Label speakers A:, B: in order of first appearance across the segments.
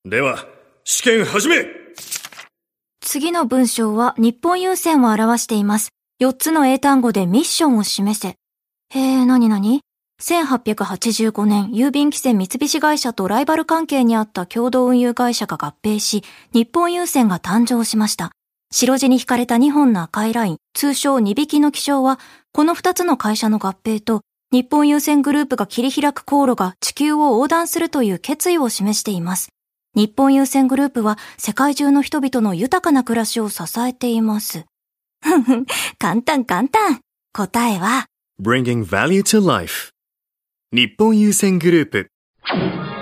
A: では、試験始め。
B: 次の文章は日本郵船を表しています。4つの英単語でミッションを示せ。何々 ?1885 年、郵便汽船三菱会社とライバル関係にあった共同運輸会社が合併し、日本郵船が誕生しました。白地に引かれた2本の赤いライン、通称2匹の気象は、この2つの会社の合併と、日本郵船グループが切り開く航路が地球を横断するという決意を示しています。日本郵船グループは世界中の人々の豊かな暮らしを支えています。簡単。答えは
A: Bringing Value to Life 日本郵船グループ
C: TBS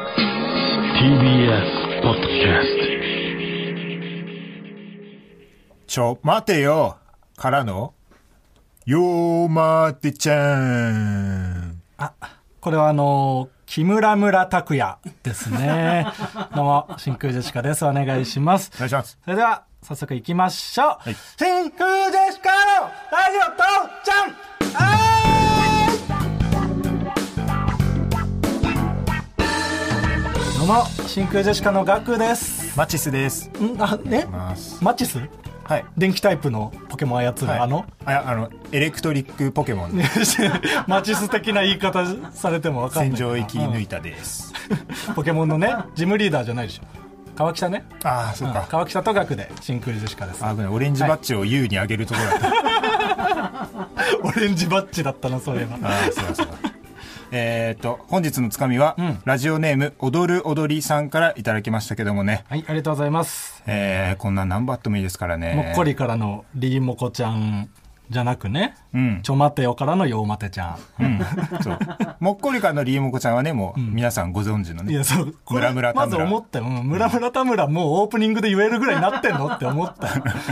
C: ポッドキャス
D: ト待てよからのよー待てちゃん。
E: これは木村拓哉ですね。どうも真空ジェシカです。お願いします。
D: お願いします。
E: それでは早速行きましょう、
D: はい、
E: 真空ジェシカのラジオ父ちゃん。どうも真空ジェシカのガクです。
D: マチスです。
E: マチス、
D: はい、
E: 電気タイプのポケモン操る、
D: はい、エレクトリックポケモン
E: マチス的な言い方されても分かんない。
D: 戦場生き抜いたです、
E: ポケモンのねジムリーダーじゃないでしょ。川北ね。
D: そうか、
E: 川北と学で真空ジェシカです。
D: オレンジバッジを U に上げるところだった、
E: オレンジバッジだったな、そういえば。
D: そう本日のつかみは、ラジオネーム踊る踊りさんからいただきましたけどもね。
E: はい、ありがとうございます。
D: こんなん何バットもいいですからね。
E: もっこりからのリーモコちゃんじゃなくね、ちょ待てよからのよう待てちゃん、
D: そうもっこりからのリーモコちゃんはね、もう皆さんご存知のね、
E: いやそう
D: ムラムラ田村。
E: まず思ったよ、ムラムラ田村もうオープニングで言えるぐらいになってんのって思った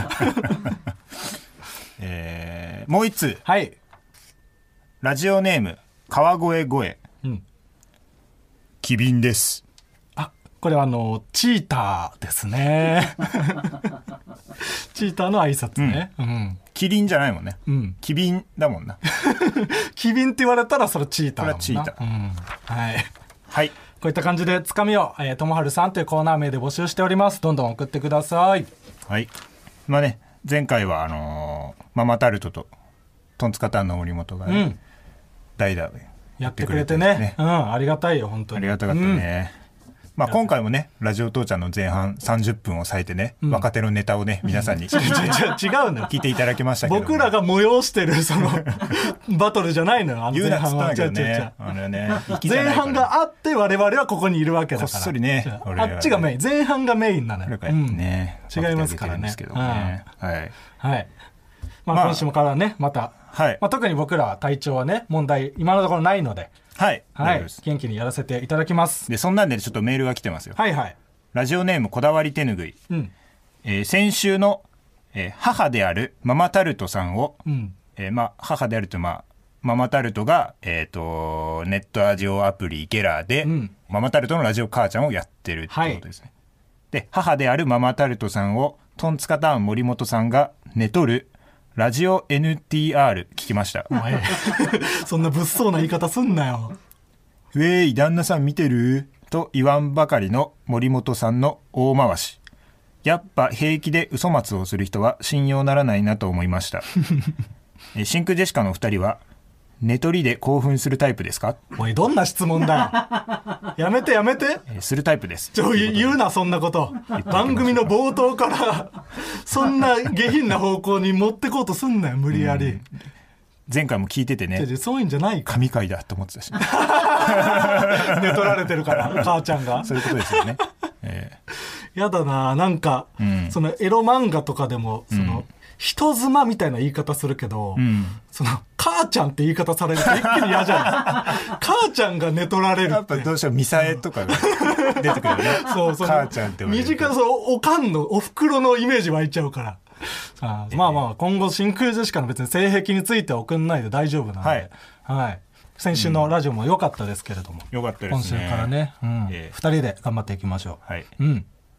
D: もう一つ、
E: はい、
D: ラジオネーム川越声、機敏です。
E: これはチーターですねチーターの挨拶ね、
D: キリンじゃないもんね、機敏だもんな
E: 機敏って言われたらそれチーターだもんな。
D: これはチーター、はい、
E: こういった感じでつかみをともはるさんというコーナー名で募集しております。どんどん送ってください。
D: はい、前回はママタルトとトンツカタンの森本が、代打で
E: やってくれてね、ありがたいよ本当に。
D: ありがたかったね、今回もねラジオ父ちゃんの前半30分を割いてね、若手のネタをね皆さんに
E: 違うのよ
D: 聞いていただきましたけど、
E: 僕らが催してるそのバトルじゃないのよ。
D: 言うなっつったんだけどね、
E: 前半があって我々はここにいるわけだから、
D: こっそりね、
E: あっちがメイン、前半がメインなのよ、違いますからね。はい、今週もからねまた、特に僕らは体調はね問題今のところないので、元気にやらせていただきます。
D: でそんなんでちょっとメールが来てますよ。ラジオネームこだわり手ぬぐい、先週の、母であるママタルトさんを、母であるとママタルトが、ネットラジオアプリゲラーで、ママタルトのラジオ母ちゃんをやってるってことですね。で母であるママタルトさんをトンツカタン森本さんが寝とるラジオ NTR 聞きました。
E: そんな物騒な言い方すんなよ。
D: ウェイ旦那さん見てると言わんばかりの森本さんの大回し。やっぱ平気で嘘松をする人は信用ならないなと思いました真空ジェシカのお二人は寝取りで興奮するタイプですか？
E: おいどんな質問だよやめて
D: するタイプです。
E: 言うなそんなこと。番組の冒頭からそんな下品な方向に持ってこうとすんなよ無理やり。
D: 前回も聞いててね、
E: そういうんじゃないか、
D: 神回だと思ってたし、寝
E: 取られてるから母ちゃんが
D: そういうことですよね、
E: やだな、なんか、そのエロ漫画とかでもその、人妻みたいな言い方するけど、その母ちゃんって言い方されると一気に嫌じゃない母ちゃんが寝取られるってや
D: っぱどうしてもミサエとかが出てくるよね
E: そう
D: 母ちゃんって
E: 短いおかんのお袋のイメージ湧いちゃうから今後真空ジェシカの別に性癖については送んないで大丈夫なので、先週のラジオも良かったですけれども、
D: 良かったですね。
E: 今週からね、2人で頑張っていきましょう。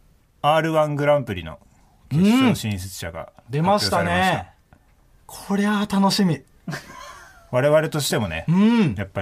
D: R1 グランプリの決勝進出者が
E: 出ましたね。こりゃ楽しみ。
D: 我々としてもね、やっぱり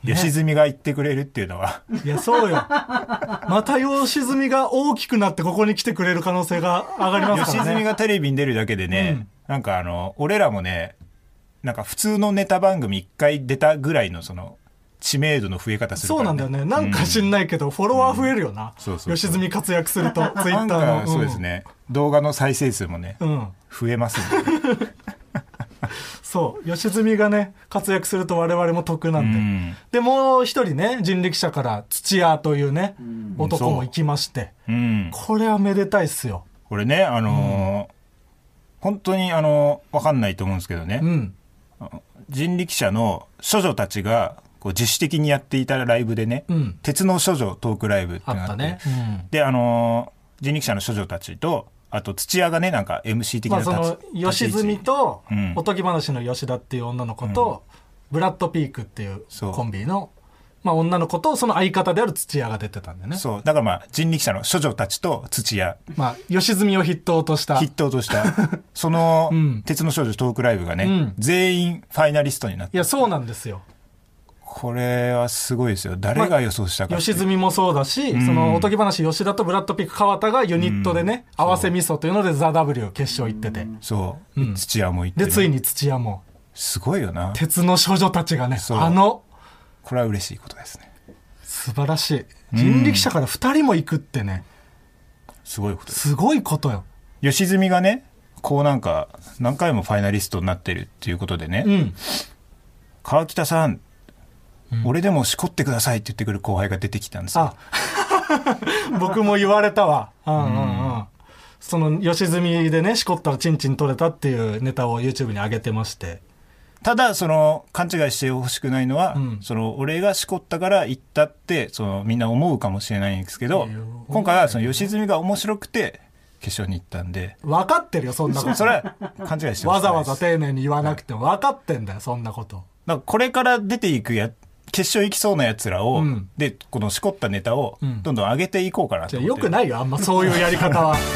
D: 吉住が言ってくれるっていうのは。
E: いや、そうよ。また吉住が大きくなってここに来てくれる可能性が上がりますからね。
D: 吉住がテレビに出るだけでね、なんか俺らもね、なんか普通のネタ番組1回出たぐらいのその、知名度の増え方するから、ね、
E: そうなんだよね。なんか知んないけど、フォロワー増えるよな。吉住活躍すると、ツイッターの。
D: そうですね。動画の再生数もね、増えますんで。
E: そう吉住がね活躍すると我々も得なんで、でもう一人ね人力車から土屋というね、男も行きまして、これはめでたいっすよ。
D: これね本当に分かんないと思うんですけどね、人力車の処女たちがこう自主的にやっていたライブでね、鉄の処女トークライブってなって、あったね、で人力車の処女たちとあと土屋がねなんか MC 的な
E: その吉住とおとぎ話の吉田っていう女の子と、ブラッドピークっていうコンビの、女の子とその相方である土屋が出てたんだよね。
D: そうだから人力車の処女たちと土屋、
E: 吉住を筆頭とした
D: その、鉄の少女トークライブがね、全員ファイナリストになって。
E: いやそうなんですよ。
D: これはすごいですよ。誰が予想したか、
E: 吉住もそうだし、そのおとぎ話吉田とブラッドピック川田がユニットでね、合わせ味噌というのでザ・ W 決勝行ってて、
D: そう土屋も行って、
E: でついに土屋も
D: すごいよな。
E: 鉄の少女たちがね、
D: これは嬉しいことですね。
E: 素晴らしい。人力車から2人も行くってね、
D: すごいことです。
E: すごいことよ。
D: 吉住がねこうなんか何回もファイナリストになってるっていうことでね、川北さん俺でもしこってくださいって言ってくる後輩が出てきたんですよ。
E: 僕も言われたわ。その吉住でねしこったらチンチン取れたっていうネタを YouTube に上げてまして、
D: ただその勘違いしてほしくないのは、その俺がしこったから言ったってそのみんな思うかもしれないんですけど、今回はその吉住が面白くて決勝に行ったんで。
E: 分かってるよそんなこと。
D: それは勘違いして
E: わざわざ丁寧に言わなくても分かってんだよそんなこと。
D: だからこれから出ていく決勝行きそうなやつらを、でこのしこったネタをどんどん上げていこうかなと思って。
E: よくないよあんまそういうやり方は。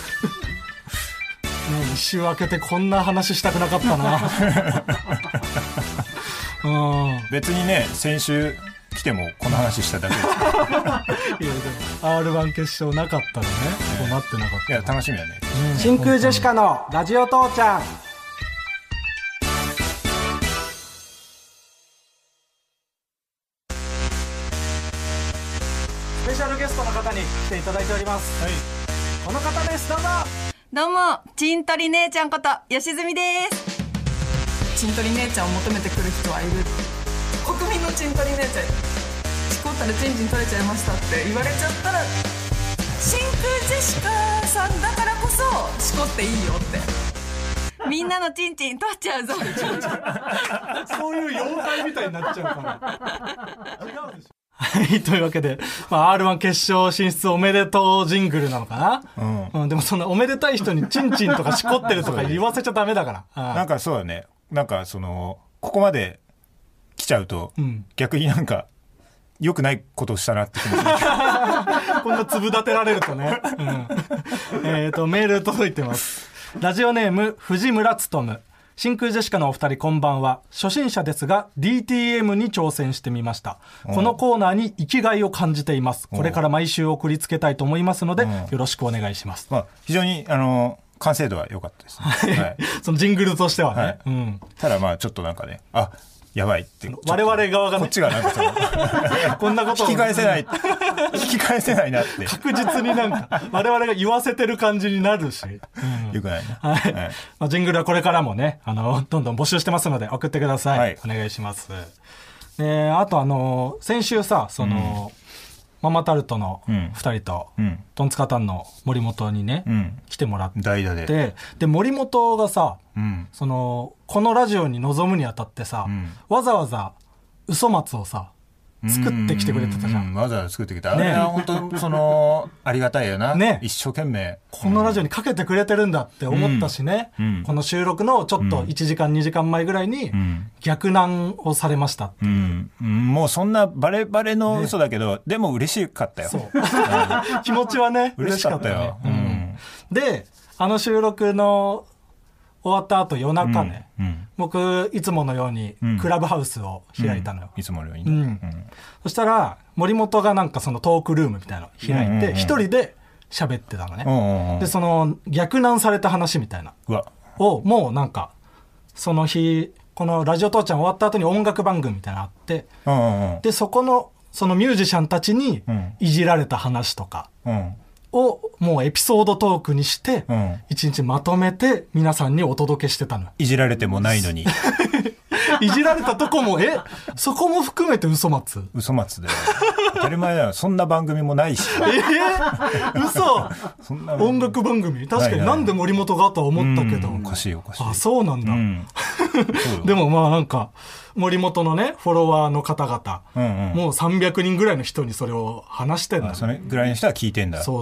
E: 一周開けてこんな話したくなかったな。
D: 別にね先週来てもこの話しただけですから。いやでも
E: R1 決勝なかったらね、そうなってなかった。
D: いや楽しみだね。
E: 真空ジェシカのラジオ父ちゃん。スペシャルゲストの方に来ていただいております。この方です。どうぞ。
C: どうも、ちんとり姉ちゃんこと吉住です。ちんとり姉ちゃんを求めてくる人はいる。国民のちんとり姉ちゃん、しこったらチンチン取れちゃいましたって言われちゃったら、真空ジェシカさんだからこそしこっていいよって。みんなのチンチン取っちゃうぞ。
E: そういう妖怪みたいになっちゃうから。違うでしょ。はい、というわけで、R1 決勝進出おめでとうジングルなのかな、でもそんなおめでたい人にチンチンとかしこってるとか言わせちゃダメだから。
D: なんかそうだね。なんかここまで来ちゃうと、逆になんか良くないことをしたなって気持ち
E: こんな粒立てられるとね。メール届いてます。ラジオネーム藤村勉。真空ジェシカのお二人こんばんは。初心者ですが DTM に挑戦してみました。このコーナーに生きがいを感じています。これから毎週送りつけたいと思いますのでよろしくお願いします。
D: 非常に完成度は良かったですね。はい、
E: そのジングルとしてはね。
D: ただちょっとなんかね、やばいって
E: 我々側がね、
D: こっちがなんか
E: こんなことを
D: 引き返せないなって
E: 確実になんか我々が言わせてる感じになるし、
D: よくないな。
E: ジングルはこれからもねどんどん募集してますので送ってください。お願いします。あと先週さママタルトの2人と、トンツカタンの森本にね、来てもらって
D: 代打で
E: 森本がさ、このラジオに臨むにあたってさ、わざわざ嘘松をさ作ってきてくれてたじゃん。
D: わざわざ作ってきた。あれは本当ありがたいよな。ね、一生懸命
E: このラジオにかけてくれてるんだって思ったしね。この収録のちょっと1時間2時間前ぐらいに逆難をされましたって。
D: もうそんなバレバレの嘘だけど、でも嬉しかったよ。
E: そう気持ちはね嬉しかったよ。で収録の終わった後夜中ね、僕いつものようにクラブハウスを開いたのよ、
D: いつものようにね、
E: そしたら森本がなんかそのトークルームみたいなの開いて一人で喋ってたのね、でその逆難された話みたいなをもうなんかその日このラジオ父ちゃん終わった後に音楽番組みたいなのあって、でそこのそのミュージシャンたちにいじられた話とかをもうエピソードトークにして一日まとめて皆さんにお届けしてたの。
D: いじられてもないのに
E: いじられたとこもそこも含めて嘘松
D: だよ。当たり前だよ。そんな番組もないし
E: 嘘そんな音楽番組確かになんで森本がとは思ったけど、
D: おかしい
E: あそうなんだ、でもまあなんか森本のねフォロワーの方々、もう300人ぐらいの人にそれを話してんだ。
D: それぐらいの人は聞いてんだ。
E: そう、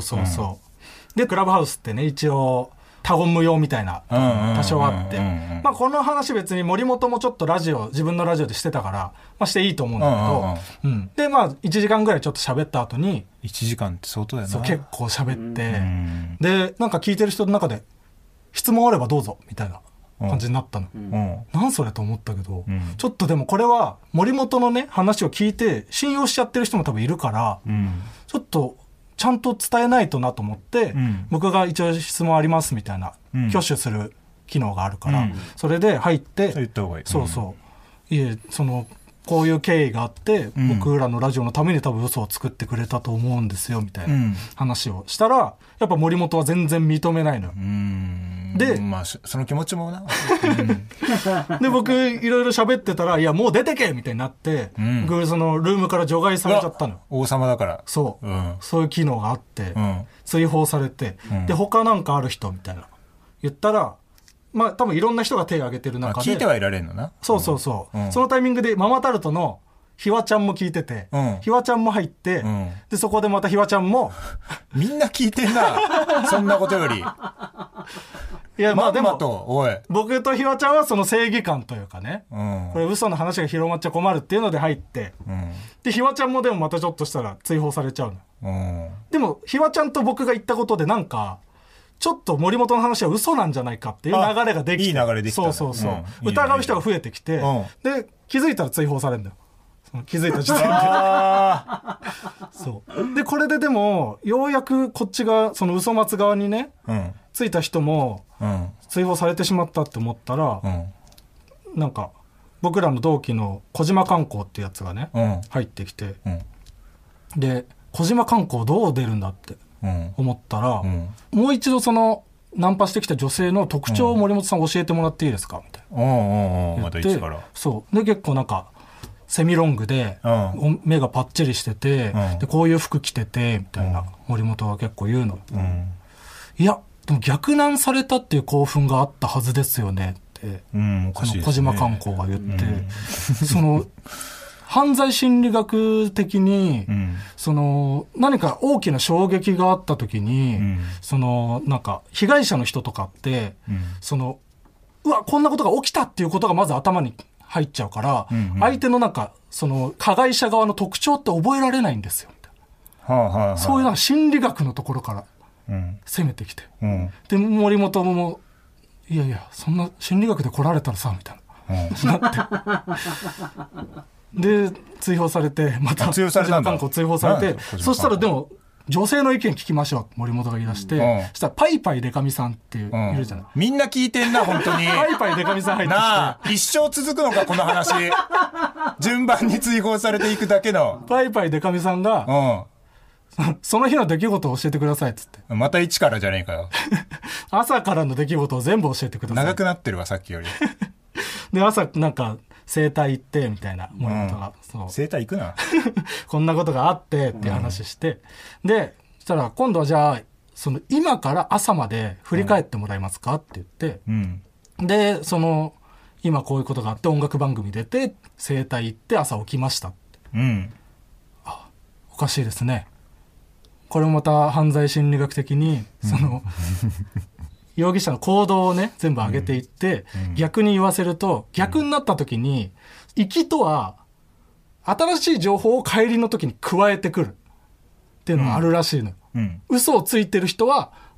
E: でクラブハウスってね一応他言無用みたいな多少あって、まあこの話別に森本もちょっと自分のラジオでしてたから、まあしていいと思うんだけど、でまあ1時間ぐらいちょっと喋った後に
D: 1時間って相当だよな。
E: そう結構喋って、でなんか聞いてる人の中で質問あればどうぞみたいな感じになったの、なんそれと思ったけど、ちょっとでもこれは森本のね話を聞いて信用しちゃってる人も多分いるから、ちょっとちゃんと伝えないとなと思って、僕が一応質問ありますみたいな、挙手する機能があるから、それで入って
D: 言った方がいい。
E: いえこういう経緯があって、僕らのラジオのために多分嘘を作ってくれたと思うんですよみたいな話をしたら、やっぱ森本は全然認めないのよ。で、
D: まあ、その気持ちもな
E: で僕いろいろ喋ってたらいやもう出てけみたいになって、僕そのルームから除外されちゃったのよ。
D: 王様だから
E: そう、そういう機能があって、追放されて、で他なんかある人みたいな言ったら、まあ多分いろんな人が手を挙げてる中で
D: 聞いてはいられんのな。
E: そう、そのタイミングでママタルトのひわちゃんも聞いてて、ひわちゃんも入って、でそこでまたひわちゃんも
D: みんな聞いてんなそんなことより
E: いやまあでも
D: おい
E: 僕とひわちゃんはその正義感というかね、これ嘘の話が広まっちゃ困るっていうので入って、でひわちゃんもでもまたちょっとしたら追放されちゃうの、でもひわちゃんと僕が言ったことでなんかちょっと森本の話は嘘なんじゃないかっていう流れができて、
D: いい流れできた。
E: そう、疑う人が増えてきて、で気づいたら追放されるんだよ。気づいた時点でそうでこれででもようやくこっちがその嘘松側にね、ついた人も追放されてしまったって思ったら、なんか僕らの同期の小島観光ってやつがね、入ってきて、で小島観光どう出るんだって思ったら、もう一度そのナンパしてきた女性の特徴を森本さん教えてもらっていいですかみたいな
D: また一から。
E: そうで結構なんかセミロングで、目がパッチリしてて、でこういう服着ててみたいな、森本が結構言うの、いやでも逆難されたっていう興奮があったはずですよねって、その小島観光が言って、その犯罪心理学的に、その何か大きな衝撃があった時に、そのなんか被害者の人とかって、そのうわこんなことが起きたっていうことがまず頭に入っちゃうから、相手のなんかその加害者側の特徴って覚えられないんですよみたいな、そういうなんか心理学のところから攻めてきて、で森本もいやいやそんな心理学で来られたらさみたいな、なってで追放されて、また
D: 追放されたんだ。
E: 追放されて、そしたらでも女性の意見聞きましょう森本が言い出して、そしたらパイパイデカミさんっていう、いるじゃない。
D: みんな聞いてんな本当に
E: パイパイデカミさん入ってきて、なあ
D: 一生続くのかこの話順番に追放されていくだけの
E: パイパイデカミさんが、その日の出来事を教えてくださいっつって、
D: また一からじゃねえかよ
E: 朝からの出来事を全部教えてください。
D: 長くなってるわさっきより
E: で朝なんか整体行ってみたいな、森本が、
D: 整体行くな
E: こんなことがあってっていう話して、でそしたら今度はじゃあその今から朝まで振り返ってもらえますかって言って、でその今こういうことがあって音楽番組出て整体行って朝起きましたって、あおかしいですね、これもまた犯罪心理学的にその、容疑者の行動をね全部上げていって、逆に言わせると逆になった時に、行きとは新しい情報を帰りの時に加えてくるっていうのがあるらしいの、嘘をついてる人は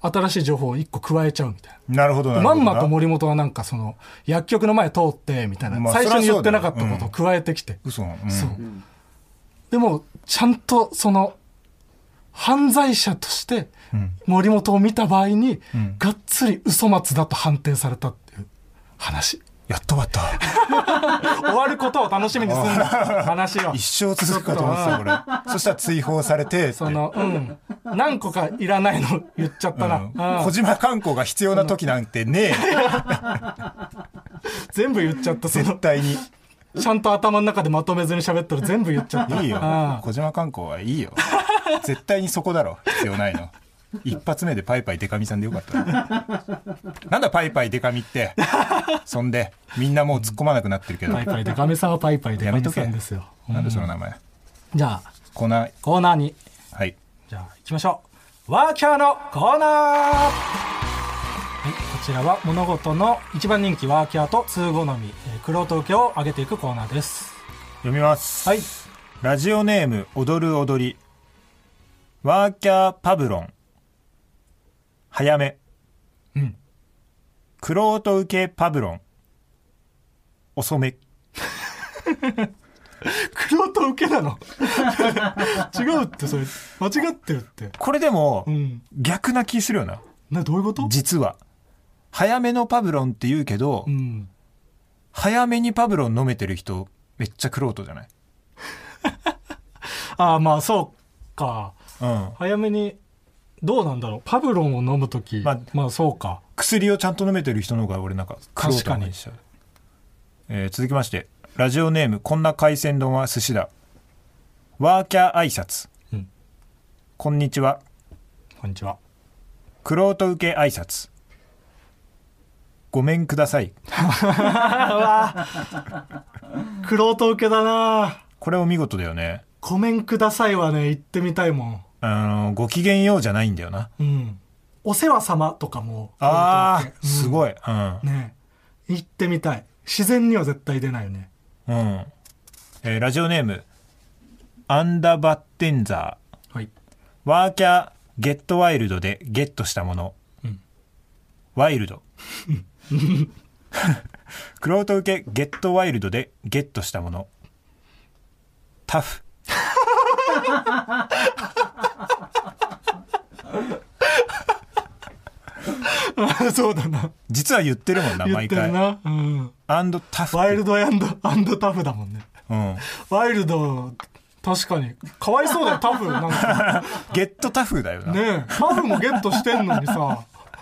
E: 新しい情報を1個加えちゃうみたい
D: な。なるほどなる
E: ほど。
D: ま
E: んまと森本はなんかその薬局の前通ってみたいな、最初に言ってなかったことを加えてきて、
D: 嘘、
E: そう。でもちゃんとその犯罪者として森本を見た場合に、がっつり嘘松だと判定されたっていう話。
D: やっと終わった
E: 終わることを楽しみにするんだ話を
D: 一生続くかと思ってたこれ。そしたら追放されて
E: その、何個かいらないの言っちゃったな、
D: 小島観光が必要な時なんてねえ
E: 全部言っちゃった。
D: 絶対に
E: ちゃんと頭の中でまとめずに喋ったら全部言っちゃった。
D: いいよ小島観光はいいよ絶対にそこだろ必要ないの。一発目でパイパイデカミさんでよかったなんだパイパイデカミってそんでみんなもう突っ込まなくなってるけど
E: パイパイデカミさんはパイパイデカミさんですよ。
D: なんでその名前。
E: じゃあ
D: コーナ
E: ーに
D: はい
E: じゃあ行きましょう。ワーキャーのコーナー。はい、こちらは物事の一番人気ワーキャーと通好み玄人受けを上げていくコーナーです。
D: 読みます。
E: はい。
D: ラジオネーム踊る踊りワーキャーパブロン早め。玄人受けパブロン遅め。
E: 玄人受けなの違うってそれ間違ってるって。
D: これでも、逆な気するよな。
E: どういうこと？実
D: は早めのパブロンって言うけど、早めにパブロン飲めてる人めっちゃ玄人じゃない
E: ああまあそうか、早めにどうなんだろう。パブロンを飲むとき、まあそうか。
D: 薬をちゃんと飲めてる人の方が俺なんか
E: 確かに。
D: 続きましてラジオネームこんな海鮮丼は寿司だワーキャー挨拶、こんにちは。
E: こんにちは。
D: 玄人受け挨拶ごめんください。
E: 玄人受けだな。
D: これお見事だよね。
E: ごめんくださいはね言ってみたいもん。
D: ごきげんようじゃないんだよな。
E: お世話様とかも
D: すごい、
E: ね言ってみたい。自然には絶対出ないよね。
D: ラジオネームアンダバッテンザー、
E: はい、
D: ワーキャーゲットワイルドでゲットしたもの、ワイルド玄人受けゲットワイルドでゲットしたものタフ
E: そうだな。
D: 実は言ってるもんな毎回。アンドタフ。
E: ワイルドアンドタフだもんね。ワイルド確かにかわいそうだよタフなんか
D: ゲットタフだよな。
E: ねえタフもゲットしてんのにさ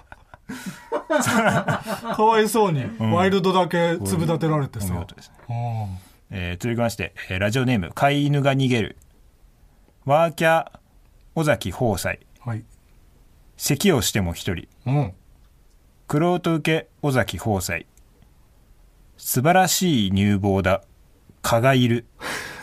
E: かわいそうに、ワイルドだけ粒立てられてさ。
D: 続きまして、ラジオネーム飼い犬が逃げるワーキャー尾崎豊斎、咳をしても一人、玄人受け尾崎豊斎素晴らしい乳房だ蚊がいる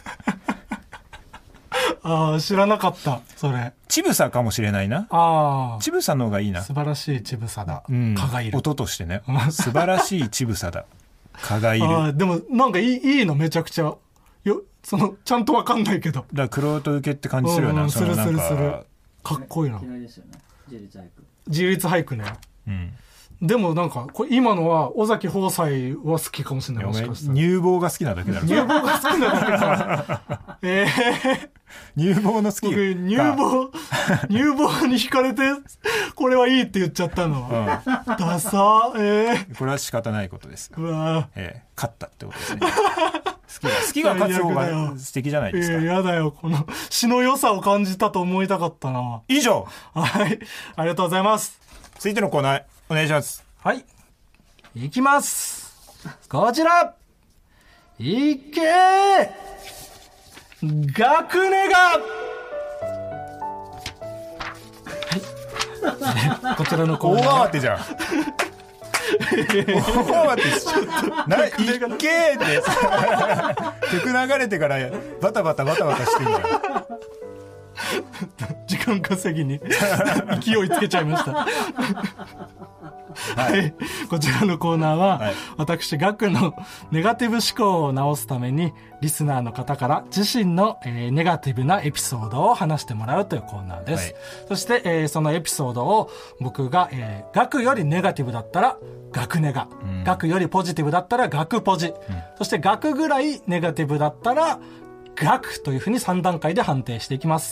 E: 知らなかったそれ。
D: ちぶさかもしれないな。ちぶさの方がいいな。
E: 素晴らしいちぶさだ、蚊がいる。
D: 音としてね素晴らしいちぶさだ蚊がいる。
E: でもなんかいいのめちゃくちゃそのちゃんとわかんないけど
D: だから玄人受けって感じするよな。
E: するかっこいいな。
F: 嫌いですよね
E: 自立俳句ね。でもなんかこれ今のは尾崎豊斎は好きかもしれない。もしかしたら
D: 乳房が好きなだけだろ。
E: 乳房が好きなだけか
D: 乳房の好き。
E: 僕乳房に惹かれてこれはいいって言っちゃったの、ダサ。
D: これは仕方ないことです。
E: うわ、
D: 勝ったってことですね。好きが勝つ方が素敵じゃないですか。
E: やだよ。この詩の良さを感じたと思いたかったな。
D: 以上。
E: はい、ありがとうございます。
D: 続いてのコーナーお願いします。
E: はい、いきます。こちらいけーガクネがはいこちらのコーナー
D: 大慌てじゃん大慌てしちゃったいっけーって曲流れてからバタバタしてんじゃん。
E: 時間稼ぎに勢いつけちゃいましたはい、こちらのコーナーは、はい、私ガクのネガティブ思考を直すためにリスナーの方から自身の、ネガティブなエピソードを話してもらうというコーナーです、はい、そして、そのエピソードを僕が、ガクよりネガティブだったらガクネガ、ガクよりポジティブだったらガクポジ、そしてガクぐらいネガティブだったらガクというふうに3段階で判定していきます、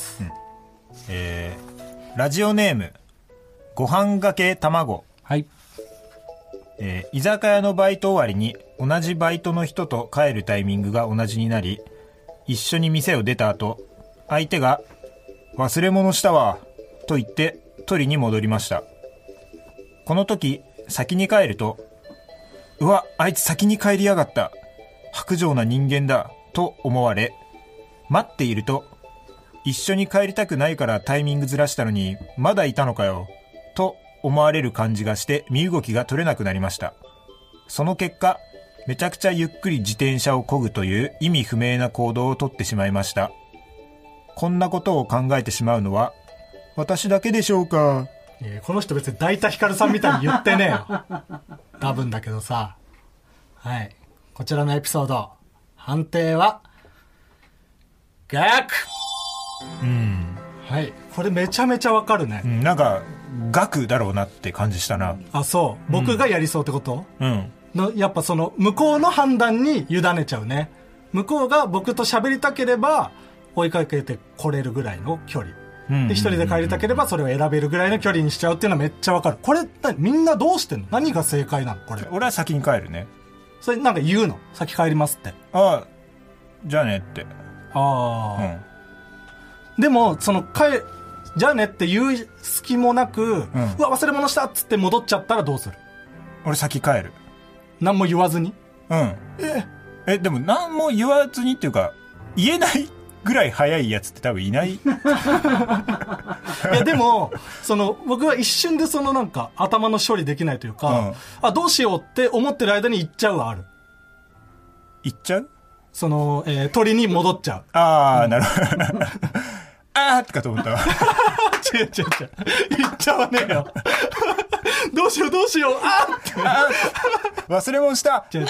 D: ラジオネームご飯がけ卵、
E: はい、
D: 居酒屋のバイト終わりに同じバイトの人と帰るタイミングが同じになり、一緒に店を出た後、相手が忘れ物したわと言って取りに戻りました。この時先に帰ると、うわ、あいつ先に帰りやがった、薄情な人間だと思われ、待っていると、一緒に帰りたくないからタイミングずらしたのにまだいたのかよと思われる感じがして身動きが取れなくなりました。その結果、めちゃくちゃゆっくり自転車を漕ぐという意味不明な行動をとってしまいました。こんなことを考えてしまうのは私だけでしょうか。
E: この人別に大田ヒカルさんみたいに言ってねえよ多分だけどさ。はい、こちらのエピソード判定はガク。はい、これめちゃめちゃわかるね、
D: なんか額だろうなって感じしたな。
E: あ、そう、僕がやりそうってこと、のやっぱその向こうの判断に委ねちゃうね。向こうが僕と喋りたければ追いかけてこれるぐらいの距離で、一人で帰りたければそれを選べるぐらいの距離にしちゃうっていうのはめっちゃわかる。これみんなどうしてんの？何が正解なのこれ？
D: 俺は先に帰るね。
E: それなんか言うの？先帰りますって。
D: ああ、じゃあねって。
E: ああ、でもそのじゃあねって言う隙もなく、うわ忘れ物したっつって戻っちゃったらどうする？
D: 俺先帰る。
E: 何も言わずに？
D: でも何も言わずにっていうか、言えないぐらい早いやつって多分いないい
E: やでもその僕は一瞬でそのなんか頭の処理できないというか、あどうしようって思ってる間に言っちゃうはある。
D: 言っちゃう？
E: その、鳥に戻っちゃう。
D: ああ、なるほどあーってかと思ったわ
E: 違う言っちゃわねえよどうしよう
D: 忘れ物した
E: 違う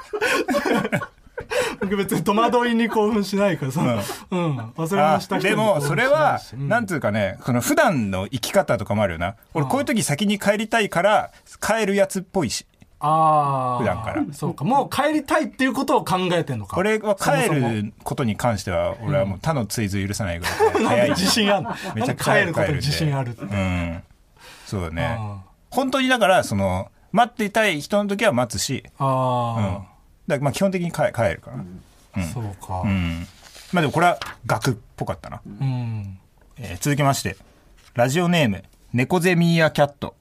E: 僕別に戸惑いに興奮しないからさ、忘れ物した人
D: でもそれは、なんていうかね、この普段の生き方とかもあるよな。俺こういう時先に帰りたいから帰るやつっぽいし、普段から。
E: そうか、もう帰りたいっていうことを考えてんのか。
D: 俺は帰ることに関しては俺はもう他の追随許さないぐらい早い
E: 自信ある。めちゃ帰ることに自信ある。
D: そうだね。本当にだからその待っていたい人の時は待つし、だまあ基本的に帰るから、
E: そうか、
D: まあでもこれは額っぽかったな。続きましてラジオネーム猫ゼミーアキャット、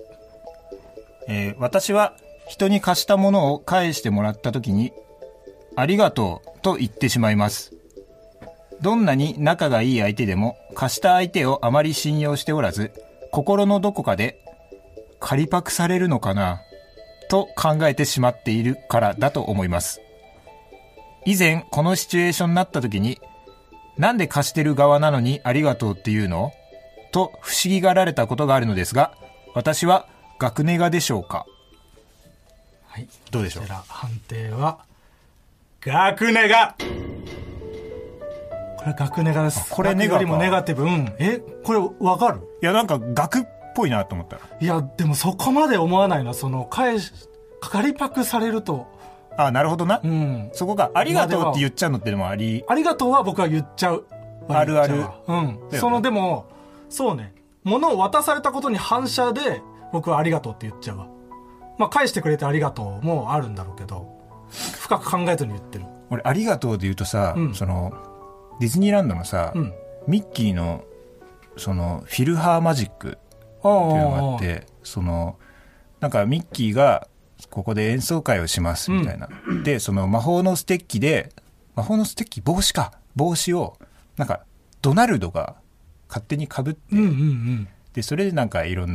D: 私は人に貸したものを返してもらった時にありがとうと言ってしまいます。どんなに仲がいい相手でも貸した相手をあまり信用しておらず、心のどこかで借りパクされるのかなと考えてしまっているからだと思います。以前このシチュエーションになった時に、なんで貸してる側なのにありがとうっていうのと不思議がられたことがあるのですが、私は額ネガでしょうか。
E: はい、
D: どうでしょう。
E: こちら判定は額ネガ。これ額ネガです。
D: これネガか。
E: よりもネガティブ。これわかる？
D: いやなんか額っぽいなと思った。
E: いやでもそこまで思わないな。その借りパクされると。
D: あ、なるほどな。そこがありがとうって言っちゃうのってでもありがとうは
E: 僕は言っちゃう。
D: あるある。
E: そのでもそうね。物を渡されたことに反射で僕はありがとうって言っちゃうわ。まあ返してくれてありがとうもあるんだろうけど、深く考えずに言ってる。
D: 俺ありがとうで言うとさ、そのディズニーランドのさ、ミッキーのそのフィルハーマジックっていうのがあって、そのなんかミッキーがここで演奏会をしますみたいな、でその魔法のステッキ帽子をなんかドナルドが勝手に被って、でそれでなんかいろんな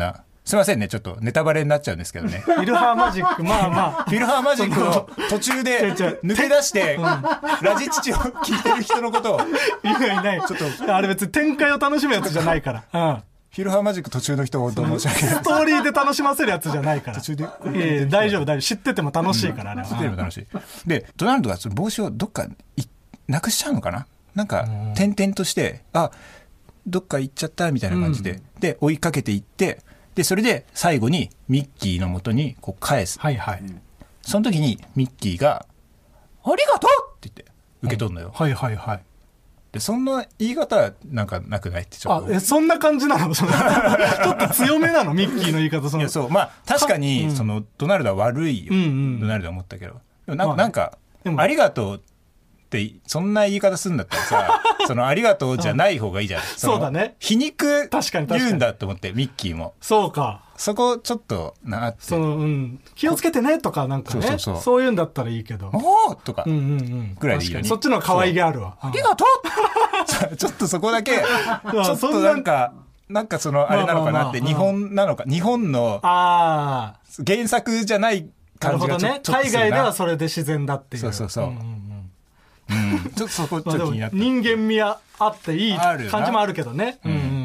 D: すいませんね、ちょっとネタバレになっちゃうんですけどね。
E: フィルハーマジック、まあまあ。
D: フィルハーマジックを途中で抜け出して、ラジチチを聞いてる人のことを。
E: いない。ちょっと、あれ別に展開を楽しむやつじゃないから。うん。
D: フィルハーマジック途中の人をどう申し訳ない。
E: ストーリーで楽しませるやつじゃないから。途中で。大丈夫。知ってても楽しいからね。
D: 知ってても楽しい。で、ドナルドがその帽子をどっかなくしちゃうのかな、なんか、点々として、どっか行っちゃったみたいな感じで、で、追いかけていって、で、それで最後にミッキーの元にこう返す。
E: はいはい。
D: その時にミッキーが、ありがとうって言って受け取るのよ。
E: はいはいはい。
D: で、そんな言い方はなんかなくないってちょっと。
E: そんな感じなのちょっと強めなのミッキーの言い方。
D: いや、そう。まあ、確かに、ドナルドは悪いよ。ドナルドは思ったけど。でもなんか、ありがとうってそんな言い方するんだったらさありがとうじゃない方がいいじゃん。
E: そうだね。
D: 皮肉言うんだと思ってミッキーも。
E: そうか。
D: そこちょっとなって。
E: 気をつけてねとかなんかね。そういうんだったらいいけど。
D: おーとかぐらいでいいよね。
E: そっちの可愛げあるわ。
D: ありがとうちょっとそこだけちょっとなんかあれなのかなって、日本なのか、日本の原作じゃない感じがちょっとするな。
E: 海外ではそれで自然だっていう。
D: そう。ちょっとそこちょっと気になって。
E: 人間味あっていい感じもあるけどね。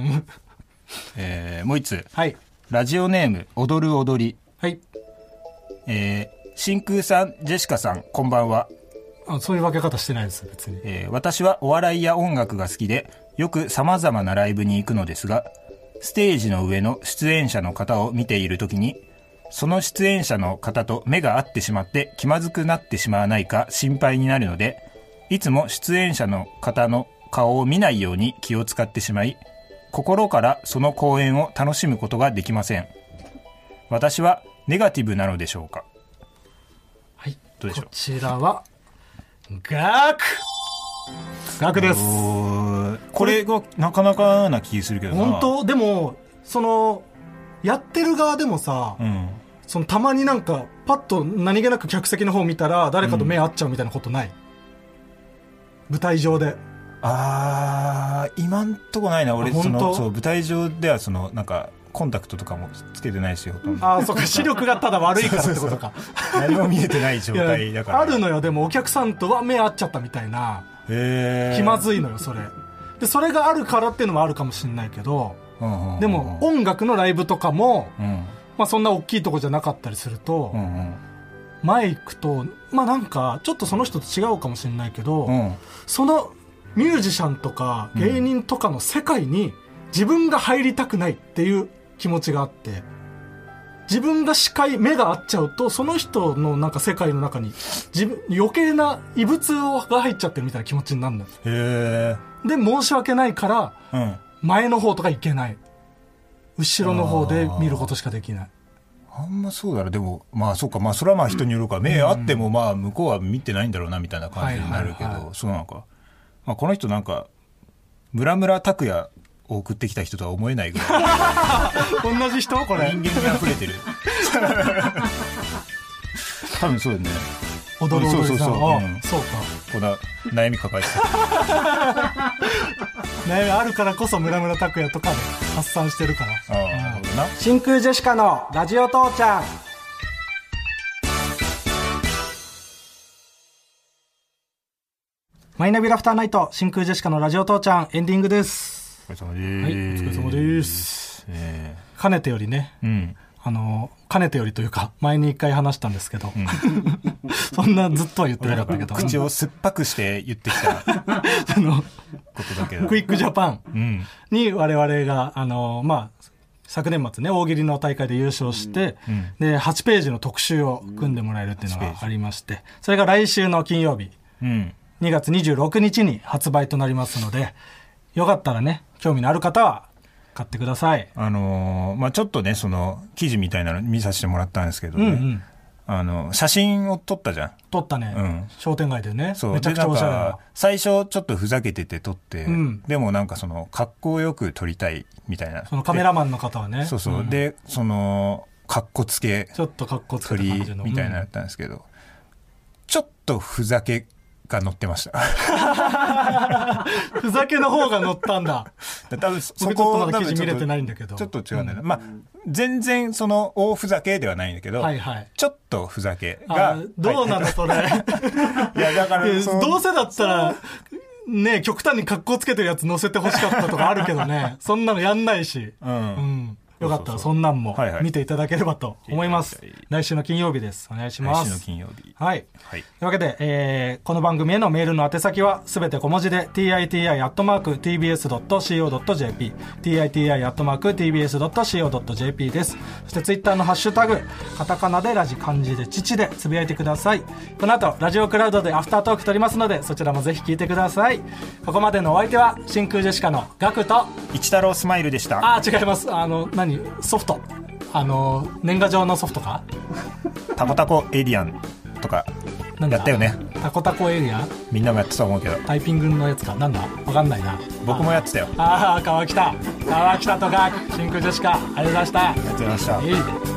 D: もう一つ。
E: はい。
D: ラジオネーム踊る踊り。
E: はい。
D: 真空さん、ジェシカさん、こんばんは。
E: そういう分け方してないです別に。
D: 私はお笑いや音楽が好きで、よく様々なライブに行くのですが、ステージの上の出演者の方を見ているときに、その出演者の方と目が合ってしまって気まずくなってしまわないか心配になるので、いつも出演者の方の顔を見ないように気を使ってしまい、心からその公演を楽しむことができません。私はネガティブなのでしょうか。
E: はい。
D: どうでしょう。
E: こちらは学です。
D: これがなかなかな気するけどな。
E: 本当？でもやってる側でもさ、たまになんかパッと何気なく客席の方見たら誰かと目合っちゃうみたいなことない？舞台上で。
D: 今んとこないな。俺そう舞台上ではなんかコンタクトとかもつけてないし、ほとんど。
E: そうか、視力がただ悪いからってことか。
D: 何も見えてない状態だから。
E: あるのよ。でもお客さんとは目合っちゃったみたいな。気まずいのよそれで。それがあるからっていうのもあるかもしれないけど、でも音楽のライブとかも、そんな大きいとこじゃなかったりすると、マイクとなんかちょっとその人と違うかもしれないけど、そのミュージシャンとか芸人とかの世界に自分が入りたくないっていう気持ちがあって、自分が目が合っちゃうとその人のなんか世界の中に余計な異物が入っちゃってるみたいな気持ちになるんだ。で申し訳ないから、前の方とか行けない、後ろの方で見ることしかできない。
D: あんまそうだろ。でもそうか、それは人によるか。目あっても向こうは見てないんだろうなみたいな感じになるけど、そうなのか。この人なんか村村拓哉を送ってきた人とは思えないぐらい
E: 同じ人これ
D: 人間に溢れてる多分そうだよね。
E: 踊る踊るさん。そうか。
D: こんな悩み抱えてた
E: 悩みあるからこそ村村拓哉とかで発散してるから。
D: なるほどな。
E: 真空ジェシカのラジオ父ちゃん。マイナビラフターナイト、真空ジェシカのラジオ父ちゃん、エンディングです。
D: お疲れ様です。はい、お
E: 疲れ様です。かねてよりね、かねてよりというか、前に一回話したんですけど、そんなずっとは言ってなかったけど。
D: 口を酸っぱくして言ってきたことだけど。
E: クイックジャパンに我々が、昨年末ね、大喜利の大会で優勝して、で、8ページの特集を組んでもらえるっていうのがありまして、それが来週の金曜日、2月26日に発売となりますので、よかったらね、興味のある方は買ってください。
D: ちょっとね、その記事みたいなの見させてもらったんですけどね、写真を撮ったじゃん。
E: 撮ったね、商店街でね。めちゃくちゃおしゃれな。
D: 最初ちょっとふざけてて撮って、でもなんか格好よく撮りたいみたいな。
E: そのカメラマンの方はね。
D: で、かっこつけ
E: ちょっとかっこつけた感じの
D: みたいなのやったんですけど、ちょっとふざけが載ってました
E: ふざけの方が載ったんだ。
D: 多分
E: 僕ちょっとまだ記事見れてないんだけど、
D: ちょっと違うんだよね。 全然その大ふざけではないんだけど、はいはい、ちょっとふざけが
E: どうなのそれいやだからどうせだったらね極端に格好つけてるやつ乗せてほしかったとかあるけどねそんなのやんないし、うんよかったらそんなんも見ていただければと思います。来週の金曜日です。お願いします。
D: 来週の金曜日。
E: はい。はい、というわけで、この番組へのメールの宛先はすべて小文字で titi@tbs.co.jp titi@tbs.co.jp です。そしてツイッターのハッシュタグカタカナでラジ漢字で父でつぶやいてください。この後ラジオクラウドでアフタートーク撮りますのでそちらもぜひ聞いてください。ここまでのお相手は真空ジェシカのガクと
D: 一太郎スマイルでした。
E: 違います。ソフト年賀状のソフトか
D: タコタコエイリアンとかやったよね。
E: タコタコエイリアン
D: みんなもやってたと思うけど
E: タイピングのやつかなんだわかんないな。
D: 僕もやってたよ。
E: 川北とか真空ジェシカありがとうございました。
D: ありがとうございました。